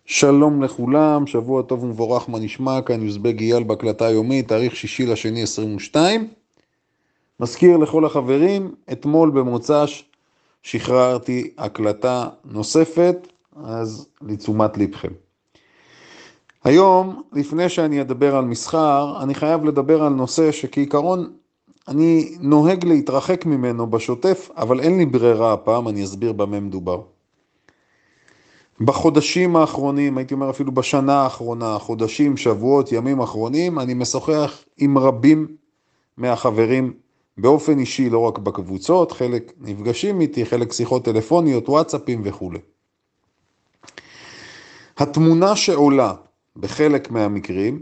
שלום לכולם, שבוע טוב ומבורך, מה נשמע? כאן יוזבג אייל בהקלטה היומית, תאריך 6/2/22. מזכיר לכל החברים, אתמול במוצ"ש שחררתי הקלטה נוספת, אז לתשומת לבכם. היום, לפני שאני אדבר על מסחר, אני חייב לדבר על נושא שכעיקרון אני נוהג להתרחק ממנו בשוטף, אבל אין לי ברירה הפעם, אני אסביר במה מדובר. בחודשים האחרונים, הייתי אומר אפילו בשנה האחרונה, חודשים, שבועות, ימים אחרונים, אני משוחח עם רבים מהחברים באופן אישי, לא רק בקבוצות, חלק נפגשים איתי, חלק שיחות טלפוניות, וואטסאפים וכו'. התמונה שעולה בחלק מהמקרים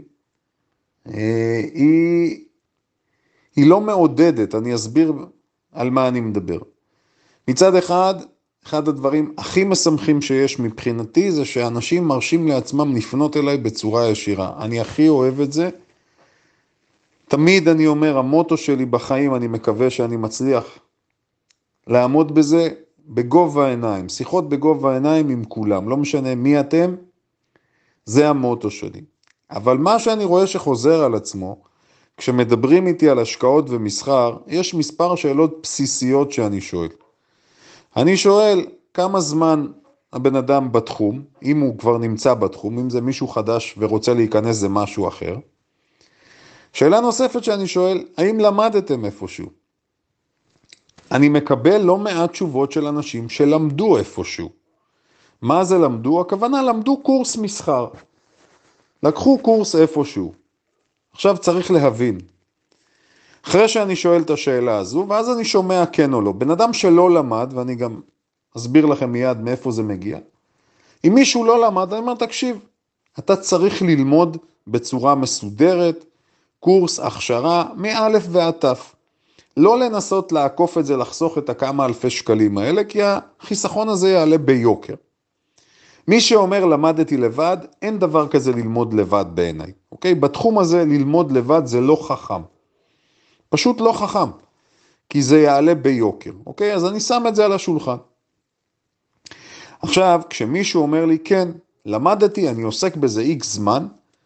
היא לא מעודדת, אני אסביר על מה אני מדבר. מצד אחד, אחד הדברים הכי משמחים שיש מבחינתי זה שאנשים מרשים לעצמם לפנות אליי בצורה ישירה. אני הכי אוהב את זה. תמיד אני אומר, המוטו שלי בחיים, אני מקווה שאני מצליח לעמוד בזה בגובה העיניים. שיחות בגובה העיניים עם כולם, לא משנה מי אתם, זה המוטו שלי. אבל מה שאני רואה שחוזר על עצמו, כשמדברים איתי על השקעות ומסחר, יש מספר שאלות בסיסיות שאני שואל. אני שואל כמה זמן הבן אדם בתחום, אם הוא כבר נמצא בתחום, אם זה מישהו חדש ורוצה להיכנס זה משהו אחר. שאלה נוספת שאני שואל, האם למדתם איפשהו? אני מקבל לא מעט תשובות של אנשים שלמדו איפשהו. מה זה למדו? הכוונה למדו קורס מסחר. לקחו קורס איפשהו. עכשיו צריך להבין. אחרי שאני שואל את השאלה הזו, ואז אני שומע כן או לא. בן אדם שלא למד, ואני גם אסביר לכם מיד מאיפה זה מגיע. אם מישהו לא למד, אני אומר, תקשיב, אתה צריך ללמוד בצורה מסודרת, קורס, הכשרה, מאלף ועד תף. לא לנסות לעקוף את זה, לחסוך את הכמה אלפי שקלים האלה, כי החיסכון הזה יעלה ביוקר. מי שאומר למדתי לבד, אין דבר כזה ללמוד לבד בעיניי. אוקיי? בתחום הזה ללמוד לבד זה לא חכם. פשוט לא חכם, כי זה יעלה ביוקר. אוקיי? אז אני שם את זה על השולחן. עכשיו, כשמישהו אומר לי, כן, למדתי, אני עוסק בזה איקס זמן,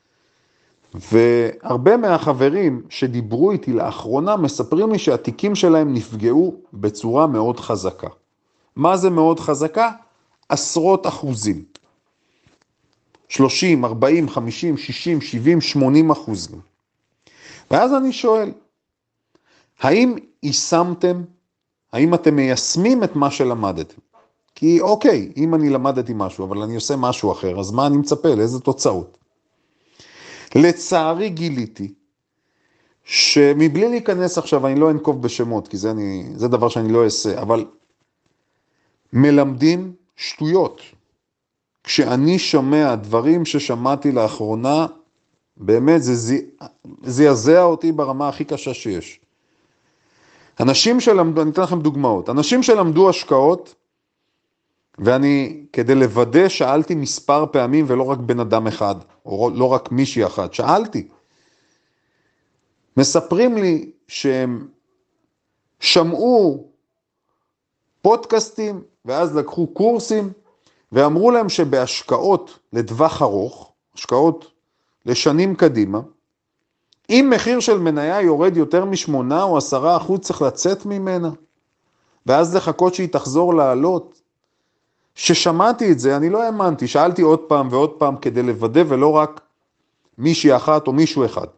והרבה מהחברים שדיברו איתי לאחרונה מספרים לי שהתיקים שלהם נפגעו בצורה מאוד חזקה. מה זה מאוד חזקה? עשרות אחוזים. 30, 40, 50, 60, 70, 80%. ואז אני שואל, האם יישמתם, האם אתם מיישמים את מה שלמדתם? כי אוקיי, אם אני למדתי משהו, אבל אני עושה משהו אחר, אז מה אני מצפה? לאיזה תוצאות? לצערי גיליתי, שמבלי להיכנס עכשיו, אני לא אנקוב בשמות, כי זה דבר שאני לא אעשה, אבל מלמדים שטויות. כשאני שומע דברים ששמעתי לאחרונה, באמת זה זעזע אותי ברמה הכי קשה שיש. אנשים שלמדו, אני אתן לכם דוגמאות, אנשים שלמדו השקעות, ואני כדי לוודא שאלתי מספר פעמים ולא רק בן אדם אחד, או לא רק מישהי אחת, שאלתי. מספרים לי שהם שמעו פודקאסטים ואז לקחו קורסים ואמרו להם שבהשקעות לטווח ארוך, השקעות לשנים קדימה, אם מחיר של מניה יורד יותר מ8 או 10% צריך לצאת ממנה, ואז לחכות שהיא תחזור לעלות. ששמעתי את זה, אני לא האמנתי, שאלתי עוד פעם ועוד פעם כדי לוודא ולא רק מישהי אחת או מישהו אחד.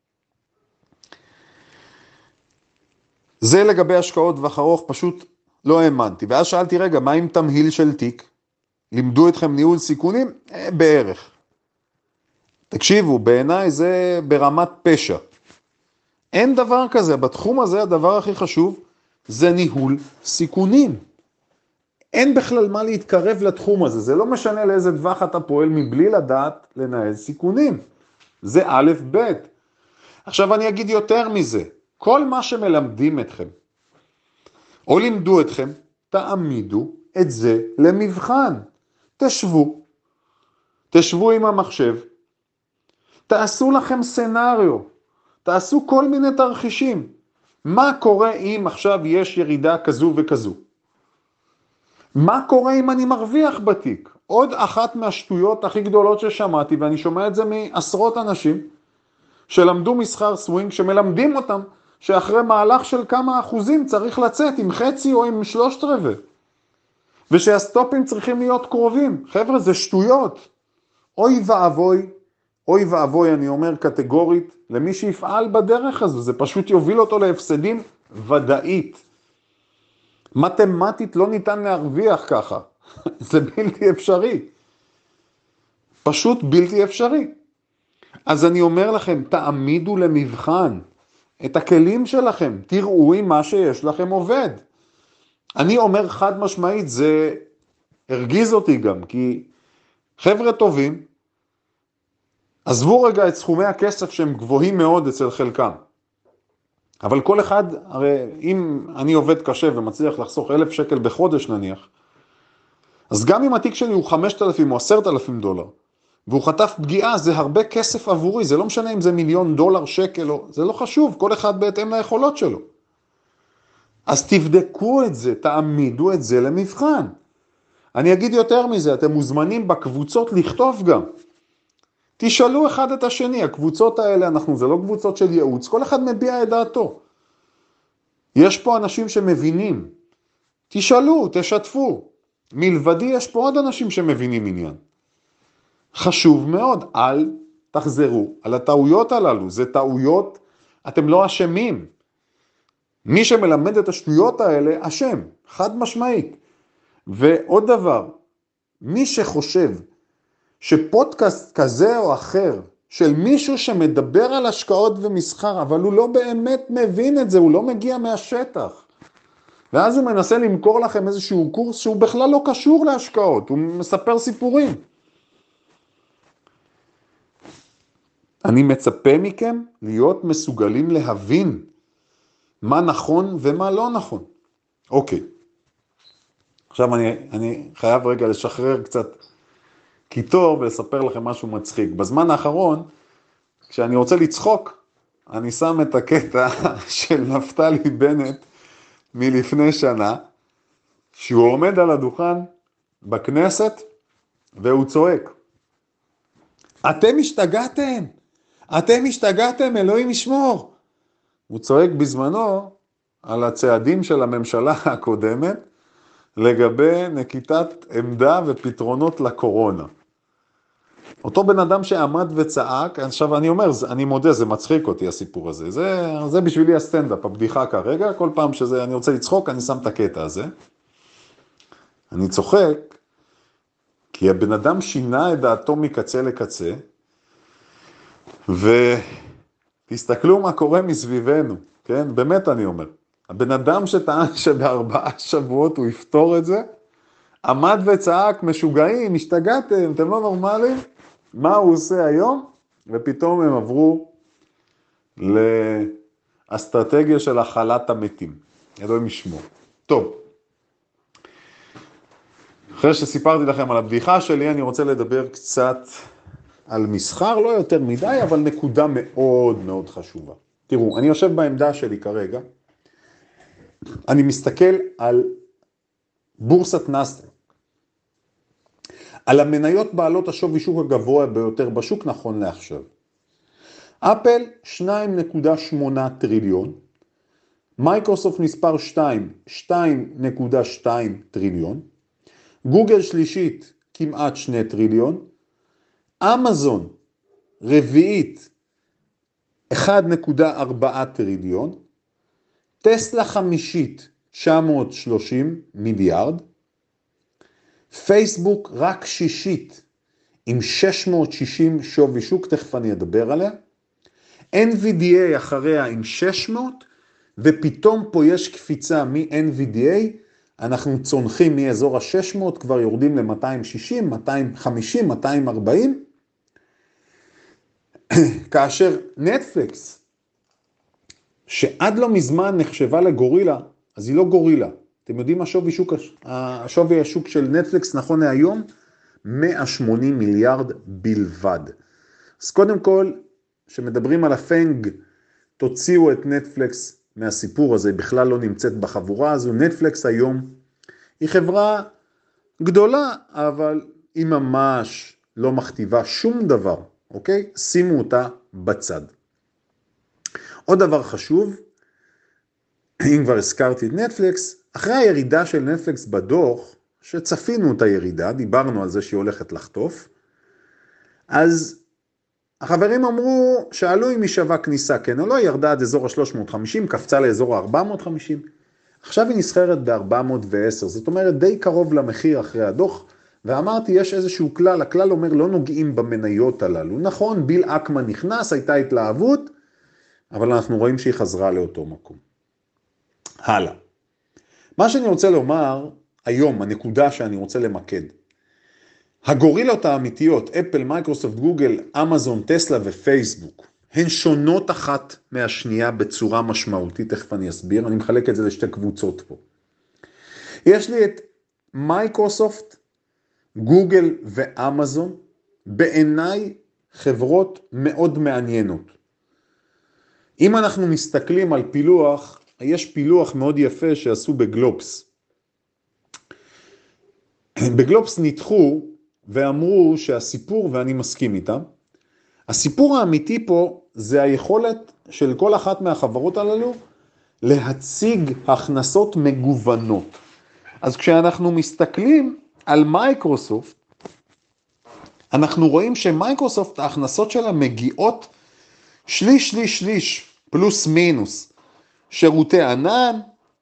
זה לגבי השקעות טווח ארוך, פשוט לא האמנתי. ואז שאלתי, רגע, מה עם תמהיל של תיק? לימדו אתכם ניהול סיכונים? בערך. תקשיבו, בעיניי זה ברמת פשע. אין דבר כזה, בתחום הזה הדבר הכי חשוב זה ניהול סיכונים. אין בכלל מה להתקרב לתחום הזה, זה לא משנה לאיזה טווח אתה פועל מבלי לדעת לנהל סיכונים. זה א' ב'. עכשיו אני אגיד יותר מזה, כל מה שמלמדים אתכם, או לימדו אתכם, תעמידו את זה למבחן. תשבו עם המחשב, תעשו לכם סנריו, תעשו כל מיני תרחישים. מה קורה אם עכשיו יש ירידה כזו וכזו? מה קורה אם אני מרוויח בתיק? עוד אחת מהשטויות הכי גדולות ששמעתי, ואני שומע את זה מעשרות אנשים, שלמדו מסחר סווינג, שמלמדים אותם שאחרי מהלך של כמה אחוזים צריך לצאת עם חצי או עם 3/4. ושהסטופים צריכים להיות קרובים. חבר'ה, זה שטויות. אוי ואבוי, אוי ואבוי, אני אומר קטגורית, למי שיפעל בדרך הזו, זה פשוט יוביל אותו להפסדים ודאית. מתמטית לא ניתן להרוויח ככה. זה בלתי אפשרי. פשוט בלתי אפשרי. אז אני אומר לכם, תעמידו למבחן את הכלים שלכם, תראו אם מה שיש לכם עובד. אני אומר חד משמעית, זה הרגיז אותי גם, כי חבר'ה טובים, עזבו רגע את סכומי הכסף שהם גבוהים מאוד אצל חלקם. אבל כל אחד, הרי אם אני עובד קשה ומצליח לחסוך 1,000 שקל בחודש נניח, אז גם אם התיק שלי הוא 5,000 או 10,000 דולר, והוא חטף פגיעה, זה הרבה כסף עבורי, זה לא משנה אם זה $1,000,000 שקל, זה לא חשוב, כל אחד בהתאם ליכולות שלו. אז תבדקו את זה, תעמידו את זה למבחן. אני אגיד יותר מזה, אתם מוזמנים בקבוצות לכתוב גם. תשאלו אחד את השני, הקבוצות האלה, זה לא קבוצות של ייעוץ, כל אחד מביע את דעתו. יש פה אנשים שמבינים, תשאלו, תשתפו. מלבדי יש פה עוד אנשים שמבינים עניין. חשוב מאוד, אל תחזרו על הטעויות הללו, זה טעויות, אתם לא אשמים. מי שמלמד את השטויות האלה, אשם, חד משמעית. ועוד דבר, מי שחושב שפודקאסט כזה או אחר, של מישהו שמדבר על השקעות ומסחר, אבל הוא לא באמת מבין את זה, הוא לא מגיע מהשטח. ואז הוא מנסה למכור לכם איזשהו קורס שהוא בכלל לא קשור להשקעות, הוא מספר סיפורים. אני מצפה מכם להיות מסוגלים להבין מה נכון ומה לא נכון. אוקיי. עכשיו אני חייב רגע לשחרר קצת קיטור ולספר לכם משהו מצחיק. בזמן האחרון, כשאני רוצה לצחוק, אני שם את הקטע של נפתלי בנט מלפני שנה, שהוא עומד על הדוכן בכנסת והוא צועק. אתם השתגעתם? אתם השתגעתם, אלוהים ישמור. הוא צועק בזמנו על הצעדים של הממשלה הקודמת, לגבי נקיטת עמדה ופתרונות לקורונה. אותו בן אדם שעמד וצעק, עכשיו אני אומר, אני מודה, זה מצחיק אותי הסיפור הזה, זה בשבילי הסטנדאפ, הבדיחה כרגע, כל פעם שאני רוצה לצחוק, אני שם את הקטע הזה. אני צוחק, כי הבן אדם שינה את דעתו מקצה לקצה, ותסתכלו מה קורה מסביבנו, כן? באמת אני אומר. הבן אדם שטען שב4 שבועות הוא יפתור את זה, עמד וצעק, משוגעים, השתגעתם, אתם לא נורמלים, מה הוא עושה היום? ופתאום הם עברו לאסטרטגיה של החלת המתים. אלוהים ישמור. טוב, אחרי שסיפרתי לכם על הבדיחה שלי, אני רוצה לדבר קצת על מסחר, לא יותר מדי, אבל נקודה מאוד מאוד חשובה. תראו, אני יושב בעמדה שלי כרגע, אני מסתכל על בורסת נסדק, על המניות בעלות השווי שוק הגבוה ביותר בשוק נכון לעכשיו. אפל 2.8 טריליון, מייקרוסופט מספר 2, 2.2 טריליון, גוגל שלישית כמעט 2 טריליון, אמזון רביעית 1.4 טריליון, טסלה חמישית 930 מיליארד, פייסבוק רק שישית עם 660 שווי שוק, תכף אני אדבר עליה, NVDA אחריה עם 600, ופתאום פה יש קפיצה מ-NVDA, אנחנו צונחים מאזור ה-600, כבר יורדים ל-260, 250, 240, כאשר נטפליקס, שעד לא מזמן נחשבה לגורילה, אז היא לא גורילה. אתם יודעים מה שווי השוק של נטפליקס נכון להיום? 180 מיליארד בלבד. אז קודם כל, שמדברים על הפנג, תוציאו את נטפליקס מהסיפור הזה, בכלל לא נמצאת בחבורה הזו. נטפליקס היום היא חברה גדולה, אבל היא ממש לא מכתיבה שום דבר, אוקיי? שימו אותה בצד. עוד דבר חשוב, אם כבר הזכרתי את נטפליקס, אחרי הירידה של נטפליקס בדוח, שצפינו את הירידה, דיברנו על זה שהיא הולכת לחטוף, אז החברים אמרו, שאלו אם היא שווה כניסה, כן או לא, היא ירדה עד אזור ה-350, קפצה לאזור ה-450, עכשיו היא נסחרת ב-410, זאת אומרת די קרוב למחיר אחרי הדוח, ואמרתי יש איזשהו כלל, הכלל אומר לא נוגעים במניות הללו, נכון, ביל אקמן נכנס, הייתה התלהבות, אבל אנחנו רואים שהיא חזרה לאותו מקום. הלאה. מה שאני רוצה לומר היום, הנקודה שאני רוצה למקד, הגורילות האמיתיות, אפל, מייקרוסופט, גוגל, אמזון, טסלה ופייסבוק, הן שונות אחת מהשנייה בצורה משמעותית, תכף אני אסביר, אני מחלק את זה לשתי קבוצות פה. יש לי את מייקרוסופט, גוגל ואמזון, בעיניי חברות מאוד מעניינות. אם אנחנו מסתכלים על פילוח, יש פילוח מאוד יפה שעשו בגלובס. בגלובס ניתחו ואמרו שהסיפור, ואני מסכים איתם, הסיפור האמיתי פה זה היכולת של כל אחת מהחברות הללו להציג הכנסות מגוונות. אז כשאנחנו מסתכלים על מייקרוסופט, אנחנו רואים שמייקרוסופט ההכנסות שלה מגיעות שליש, פלוס מינוס. שירותי ענן,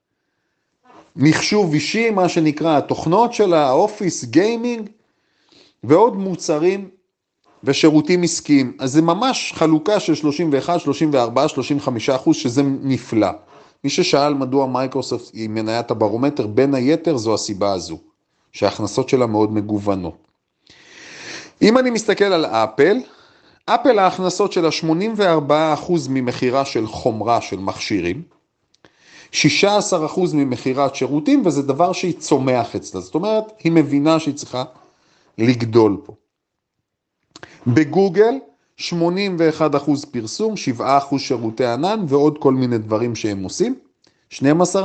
מחשוב אישי, מה שנקרא התוכנות שלה, האופיס, גיימינג, ועוד מוצרים ושירותים עסקיים. אז זה ממש חלוקה של 31, 34, 35%, שזה נפלא. מי ששאל מדוע מייקרוסופט היא מניית הברומטר, בין היתר זו הסיבה הזו, שההכנסות שלה מאוד מגוונות. אם אני מסתכל על אפל, אפל ההכנסות שלה 84% ממחירה של חומרה של מכשירים, 16% ממחירת שירותים, וזה דבר שהיא צומח אצלה. זאת אומרת, היא מבינה שהיא צריכה לגדול פה. בגוגל, 81% פרסום, 7% שירותי ענן, ועוד כל מיני דברים שהם עושים, 12%.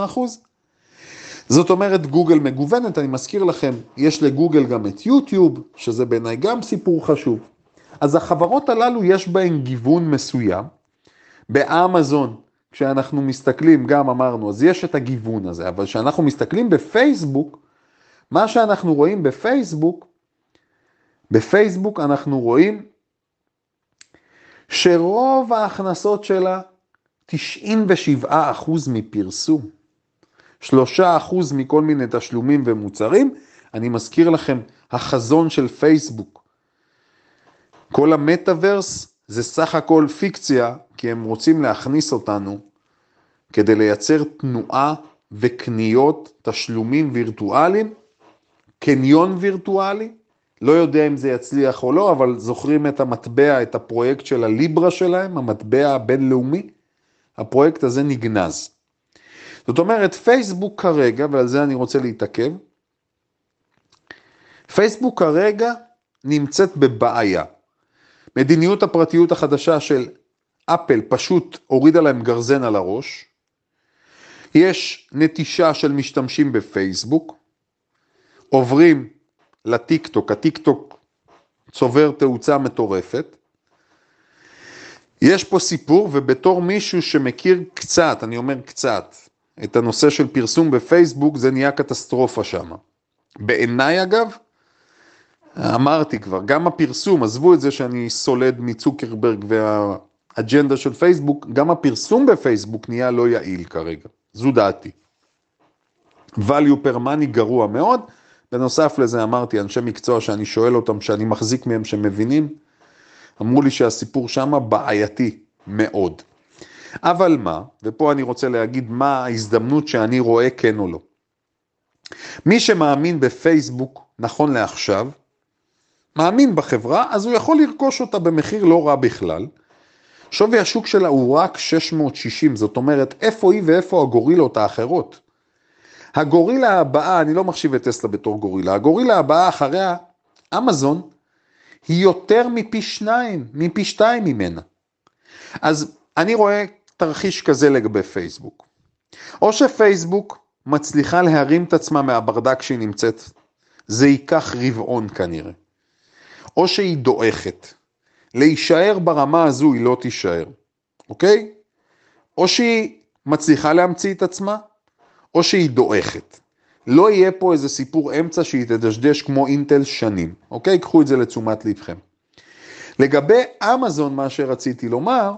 זאת אומרת, גוגל מגוונת, אני מזכיר לכם, יש לגוגל גם את יוטיוב, שזה בעיניי גם סיפור חשוב. אז החברות הללו יש בהן גיוון מסוים. באמזון, כשאנחנו מסתכלים, גם אמרנו, אז יש את הגיוון הזה, אבל כשאנחנו מסתכלים בפייסבוק, מה שאנחנו רואים בפייסבוק אנחנו רואים שרוב ההכנסות שלה 97% מפרסום, 3% מכל מיני תשלומים ומוצרים. אני מזכיר לכם, החזון של פייסבוק, כל המטאברס זה סך הכל פיקציה, כי הם רוצים להכניס אותנו כדי לייצר תנועה וקניות, תשלומים וירטואליים, קניון וירטואלי, לא יודע אם זה יצליח או לא, אבל זוכרים את המטבע, את הפרויקט של הליברה שלהם, המטבע הבינלאומי, הפרויקט הזה נגנז. זאת אומרת, פייסבוק כרגע, ועל זה אני רוצה להתעכב, פייסבוק כרגע נמצאת בבעיה. מדיניות הפרטיות החדשה של אפל פשוט הורידה להם גרזן על הראש, יש נטישה של משתמשים בפייסבוק, עוברים לטיקטוק, הטיקטוק צובר תאוצה מטורפת, יש פה סיפור, ובתור מישהו שמכיר קצת, אני אומר קצת, את הנושא של פרסום בפייסבוק, זה נהיה קטסטרופה שם. בעיניי אגב, אמרתי כבר, גם הפרסום, עזבו את זה שאני סולד מצוקרברג והאג'נדה של פייסבוק, גם הפרסום בפייסבוק נהיה לא יעיל כרגע, זו דעתי. value per money גרוע מאוד, בנוסף לזה אמרתי, אנשי מקצוע שאני שואל אותם, שאני מחזיק מהם שמבינים, אמרו לי שהסיפור שם בעייתי מאוד. אבל מה, ופה אני רוצה להגיד מה ההזדמנות שאני רואה כן או לא. מי שמאמין בפייסבוק נכון לעכשיו, מאמין בחברה, אז הוא יכול לרכוש אותה במחיר לא רע בכלל. שווי השוק שלה הוא רק 660, זאת אומרת, איפה היא ואיפה הגורילות האחרות. הגורילה הבאה, אני לא מחשיב את טסלה בתור גורילה, הגורילה הבאה אחריה, אמזון, היא יותר מפי שתיים ממנה. אז אני רואה תרחיש כזה לגבי פייסבוק. או שפייסבוק מצליחה להרים את עצמה מהברדק שהיא נמצאת, זה ייקח רבעון כנראה. או שהיא דועכת. להישאר ברמה הזו היא לא תישאר, אוקיי? או שהיא מצליחה להמציא את עצמה, או שהיא דועכת. לא יהיה פה איזה סיפור אמצע שהיא תדשדש כמו אינטל שנים, אוקיי? קחו את זה לתשומת לבכם. לגבי אמזון, מה שרציתי לומר,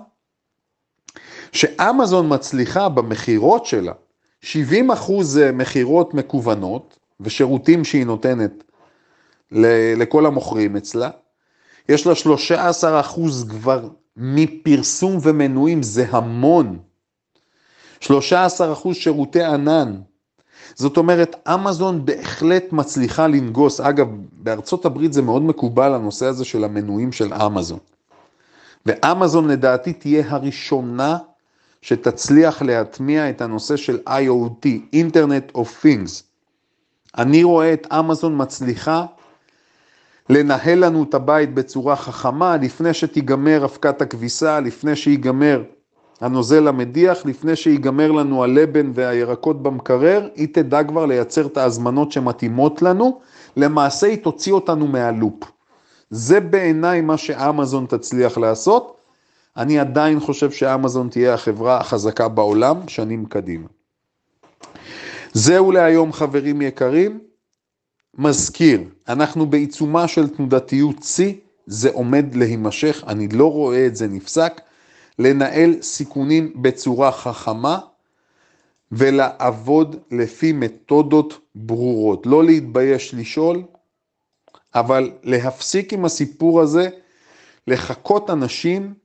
שאמזון מצליחה במחירות שלה, 70% זה מחירות מקוונות, ושירותים שהיא נותנת לכל המוכרים אצלה, יש לה 13% כבר מפרסום ומנויים, זה המון. 13% שירותי ענן. זאת אומרת, אמזון בהחלט מצליחה לנגוס. אגב, בארצות הברית זה מאוד מקובל, הנושא הזה של המנויים של אמזון. ואמזון לדעתי תהיה הראשונה שתצליח להטמיע את הנושא של IoT, Internet of Things. אני רואה את אמזון מצליחה לנהל לנו את הבית בצורה חכמה, לפני שתיגמר אבקת הכביסה, לפני שיגמר הנוזל המדיח, לפני שיגמר לנו הלבן והירקות במקרר, היא תדע כבר לייצר את ההזמנות שמתאימות לנו, למעשה היא תוציא אותנו מהלופ. זה בעיניי מה שאמזון תצליח לעשות, אני עדיין חושב שאמזון תהיה החברה החזקה בעולם, שנים קדימה. זהו להיום חברים יקרים, מזכיר, אנחנו בעיצומה של תנודתיות C, זה עומד להימשך, אני לא רואה את זה נפסק, לנהל סיכונים בצורה חכמה, ולעבוד לפי מתודות ברורות, לא להתבייש לשאול, אבל להפסיק עם הסיפור הזה, לחכות אנשים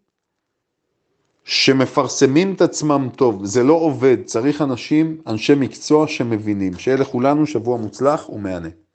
שמפרסמים את עצמם טוב, זה לא עובד, צריך אנשי מקצוע שמבינים, שיהיה לכולנו שבוע מוצלח ומענה.